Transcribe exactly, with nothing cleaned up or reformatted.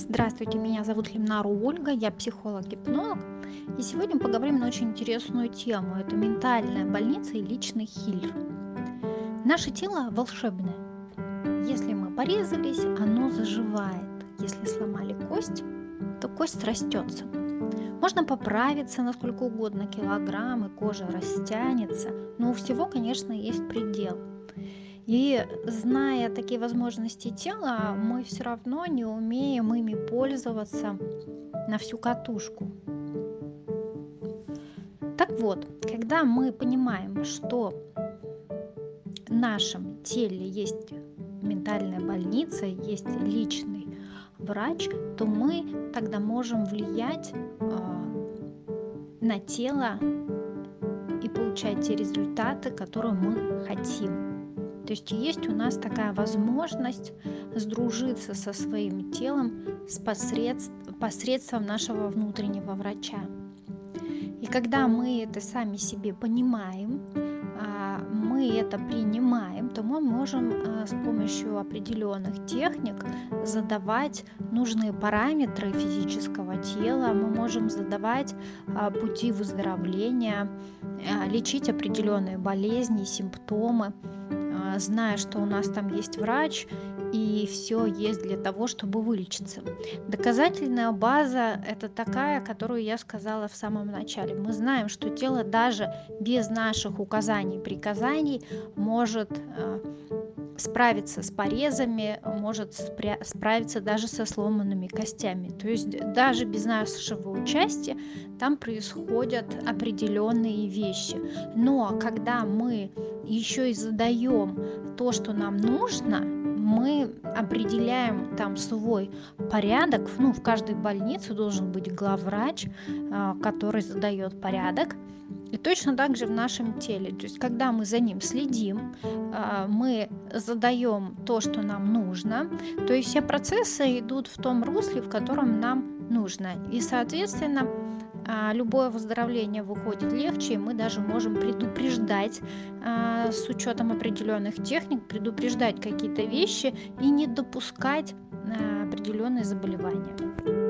Здравствуйте, меня зовут Лимнару Ольга, я психолог-гипнолог, и сегодня поговорим на очень интересную тему. Это ментальная больница и личный хиллер. Наше тело волшебное. Если мы порезались, оно заживает. Если сломали кость, то кость растется. Можно поправиться на сколько угодно килограмм, и кожа растянется, но у всего, конечно, есть предел. И зная такие возможности тела, мы все равно не умеем ими пользоваться на всю катушку. Так вот, когда мы понимаем, что в нашем теле есть ментальная больница, есть личный врач, то мы тогда можем влиять а, на тело и получать те результаты, которые мы хотим. То есть есть у нас такая возможность сдружиться со своим телом с посредств, посредством нашего внутреннего врача. И когда мы это сами себе понимаем, а, мы это принимаем, то мы можем а, с помощью определенных техник задавать нужные параметры физического тела, мы можем задавать а, пути выздоровления, а, лечить определенные болезни, симптомы, а, зная, что у нас там есть врач, и все есть для того, чтобы вылечиться. Доказательная база– это такая, которую я сказала в самом начале. Мы знаем, что тело даже без наших указаний, приказаний может э, справиться с порезами, может спря- справиться даже со сломанными костями. То есть даже без нашего участия там происходят определенные вещи. Но когда мы еще и задаем то, что нам нужно, мы определяем там свой порядок. Ну, в каждой больнице должен быть главврач, а, который задает порядок. И точно так же в нашем теле. То есть, когда мы за ним следим, а, мы задаем то, что нам нужно, то есть все процессы идут в том русле, в котором нам нужно. И, соответственно, а, любое выздоровление выходит легче, и мы даже можем предупреждать а, с учетом определенных техник, предупреждать какие-то вещи и не допускать а, определенные заболевания.